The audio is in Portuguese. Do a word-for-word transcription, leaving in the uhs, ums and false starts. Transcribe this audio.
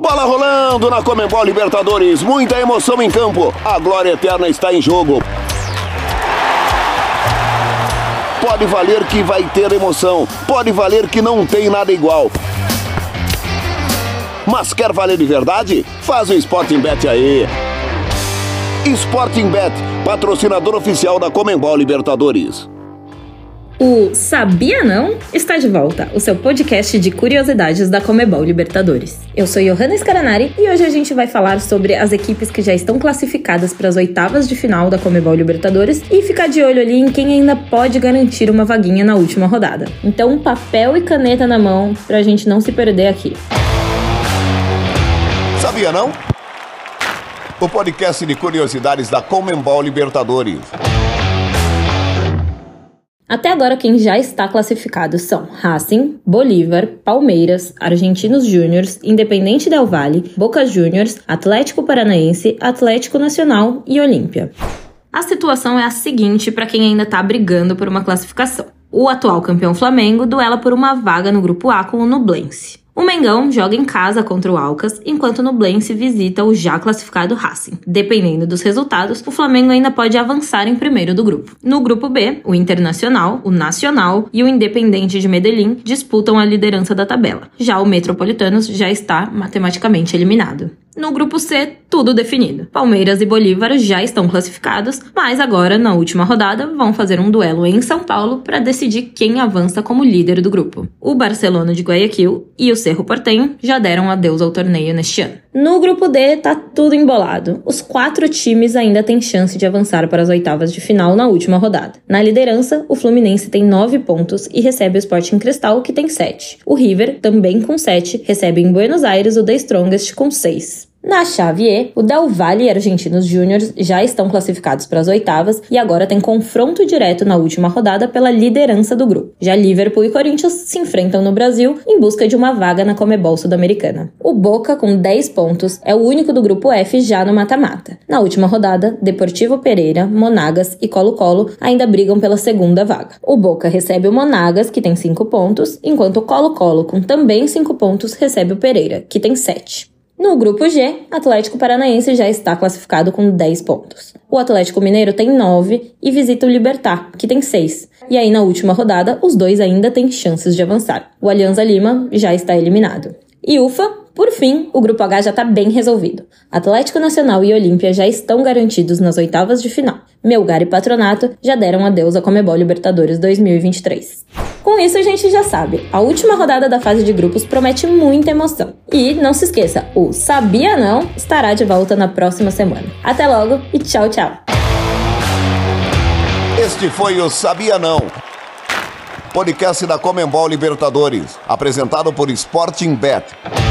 Bola rolando na Conmebol Libertadores, muita emoção em campo, a glória eterna está em jogo. Pode valer que vai ter emoção, pode valer que não tem nada igual. Mas quer valer de verdade? Faz o Sporting Bet aí. Sporting Bet, patrocinador oficial da Conmebol Libertadores. O Sabia Não está de volta, o seu podcast de curiosidades da Conmebol Libertadores. Eu sou Johanna Scaranari e hoje a gente vai falar sobre as equipes que já estão classificadas para as oitavas de final da Conmebol Libertadores e ficar de olho ali em quem ainda pode garantir uma vaguinha na última rodada. Então, papel e caneta na mão para a gente não se perder aqui. Sabia Não? O podcast de curiosidades da Conmebol Libertadores. Até agora, quem já está classificado são Racing, Bolívar, Palmeiras, Argentinos Júniors, Independente Del Valle, Boca Juniors, Atlético Paranaense, Atlético Nacional e Olímpia. A situação é a seguinte para quem ainda está brigando por uma classificação. O atual campeão Flamengo duela por uma vaga no Grupo A com o Nublense. O Mengão joga em casa contra o Alcas, enquanto o Nublense visita o já classificado Racing. Dependendo dos resultados, o Flamengo ainda pode avançar em primeiro do grupo. No grupo B, o Internacional, o Nacional e o Independente de Medellín disputam a liderança da tabela. Já o Metropolitanos já está matematicamente eliminado. No grupo C, tudo definido. Palmeiras e Bolívar já estão classificados, mas agora, na última rodada, vão fazer um duelo em São Paulo para decidir quem avança como líder do grupo. O Barcelona de Guayaquil e o Cerro Porteño já deram adeus ao torneio neste ano. No grupo D, tá tudo embolado. Os quatro times ainda têm chance de avançar para as oitavas de final na última rodada. Na liderança, o Fluminense tem nove pontos e recebe o Sporting Cristal, que tem sete. O River, também com sete, recebe em Buenos Aires o The Strongest com seis. Na chave E, o Del Valle e Argentinos Júniors já estão classificados para as oitavas e agora tem confronto direto na última rodada pela liderança do grupo. Já Liverpool e Corinthians se enfrentam no Brasil em busca de uma vaga na Conmebol Sudamericana. O Boca, com dez pontos, é o único do grupo F já no mata-mata. Na última rodada, Deportivo Pereira, Monagas e Colo-Colo ainda brigam pela segunda vaga. O Boca recebe o Monagas, que tem cinco pontos, enquanto o Colo-Colo, com também cinco pontos, recebe o Pereira, que tem sete. No grupo G, Atlético Paranaense já está classificado com dez pontos. O Atlético Mineiro tem nove e visita o Libertad, que tem seis. E aí, na última rodada, os dois ainda têm chances de avançar. O Alianza Lima já está eliminado. E ufa, por fim, o grupo H já está bem resolvido. Atlético Nacional e Olímpia já estão garantidos nas oitavas de final. Melgar e Patronato já deram adeus à Conmebol Libertadores dois mil e vinte e três. Com isso, a gente já sabe, a última rodada da fase de grupos promete muita emoção. E não se esqueça, o Sabia Não estará de volta na próxima semana. Até logo e tchau, tchau! Este foi o Sabia Não, podcast da Conmebol Libertadores, apresentado por Sporting Bet.